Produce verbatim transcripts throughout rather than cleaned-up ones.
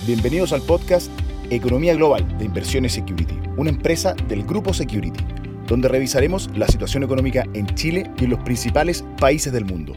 Bienvenidos al podcast Economía Global de Inversiones Security, una empresa del Grupo Security, donde revisaremos la situación económica en Chile y en los principales países del mundo.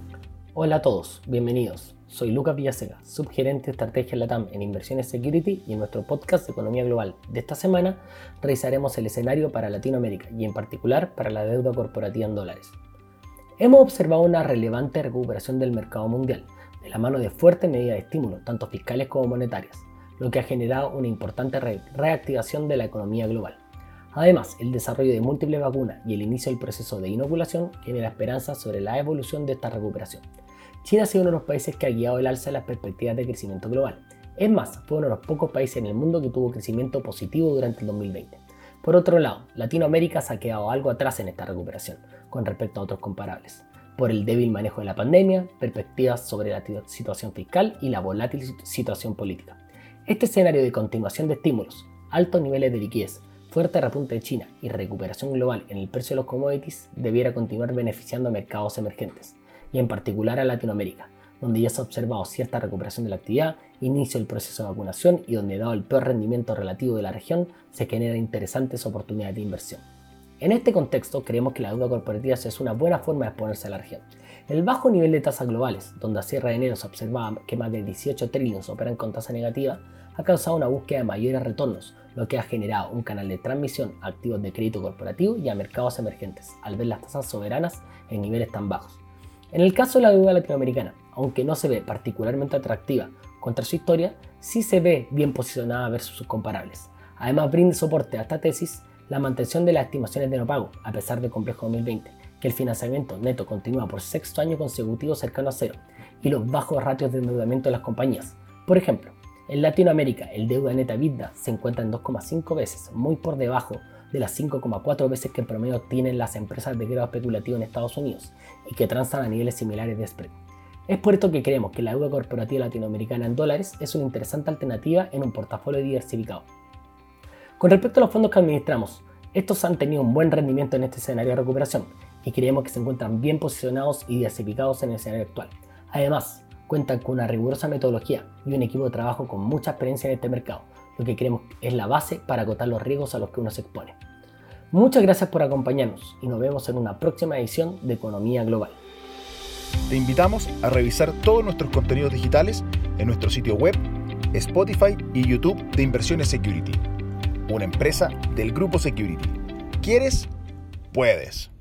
Hola a todos, bienvenidos. Soy Lucas Villaseca, subgerente de Estrategia LATAM en Inversiones Security, y en nuestro podcast de Economía Global de esta semana revisaremos el escenario para Latinoamérica y en particular para la deuda corporativa en dólares. Hemos observado una relevante recuperación del mercado mundial, de la mano de fuertes medidas de estímulo, tanto fiscales como monetarias, lo que ha generado una importante re- reactivación de la economía global. Además, el desarrollo de múltiples vacunas y el inicio del proceso de inoculación genera esperanza sobre la evolución de esta recuperación. China ha sido uno de los países que ha guiado el alza en las perspectivas de crecimiento global. Es más, fue uno de los pocos países en el mundo que tuvo crecimiento positivo durante el dos mil veinte. Por otro lado, Latinoamérica se ha quedado algo atrás en esta recuperación, con respecto a otros comparables, por el débil manejo de la pandemia, perspectivas sobre la situación fiscal y la volátil situación política. Este escenario de continuación de estímulos, altos niveles de liquidez, fuerte repunte de China y recuperación global en el precio de los commodities debiera continuar beneficiando a mercados emergentes, y en particular a Latinoamérica, donde ya se ha observado cierta recuperación de la actividad, inicio del proceso de vacunación y donde, dado el peor rendimiento relativo de la región, se generan interesantes oportunidades de inversión. En este contexto, creemos que la deuda corporativa es una buena forma de exponerse a la región. El bajo nivel de tasas globales, donde a cierre de enero se observaba que más de dieciocho trillones operan con tasa negativa, ha causado una búsqueda de mayores retornos, lo que ha generado un canal de transmisión a activos de crédito corporativo y a mercados emergentes, al ver las tasas soberanas en niveles tan bajos. En el caso de la deuda latinoamericana, aunque no se ve particularmente atractiva contra su historia, sí se ve bien posicionada versus sus comparables. Además, brinda soporte a esta tesis la mantención de las estimaciones de no pago, a pesar del complejo dos mil veinte, que el financiamiento neto continúa por sexto año consecutivo cercano a cero, y los bajos ratios de endeudamiento de las compañías. Por ejemplo, en Latinoamérica el deuda neta EBITDA se encuentra en dos coma cinco veces, muy por debajo de las cinco coma cuatro veces que en promedio tienen las empresas de crédito especulativo en Estados Unidos y que transan a niveles similares de spread. Es por esto que creemos que la deuda corporativa latinoamericana en dólares es una interesante alternativa en un portafolio diversificado. Con respecto a los fondos que administramos, estos han tenido un buen rendimiento en este escenario de recuperación y creemos que se encuentran bien posicionados y diversificados en el escenario actual. Además, cuentan con una rigurosa metodología y un equipo de trabajo con mucha experiencia en este mercado, lo que creemos es la base para acotar los riesgos a los que uno se expone. Muchas gracias por acompañarnos y nos vemos en una próxima edición de Economía Global. Te invitamos a revisar todos nuestros contenidos digitales en nuestro sitio web, Spotify y YouTube de Inversiones Security, una empresa del Grupo Security. ¿Quieres? Puedes.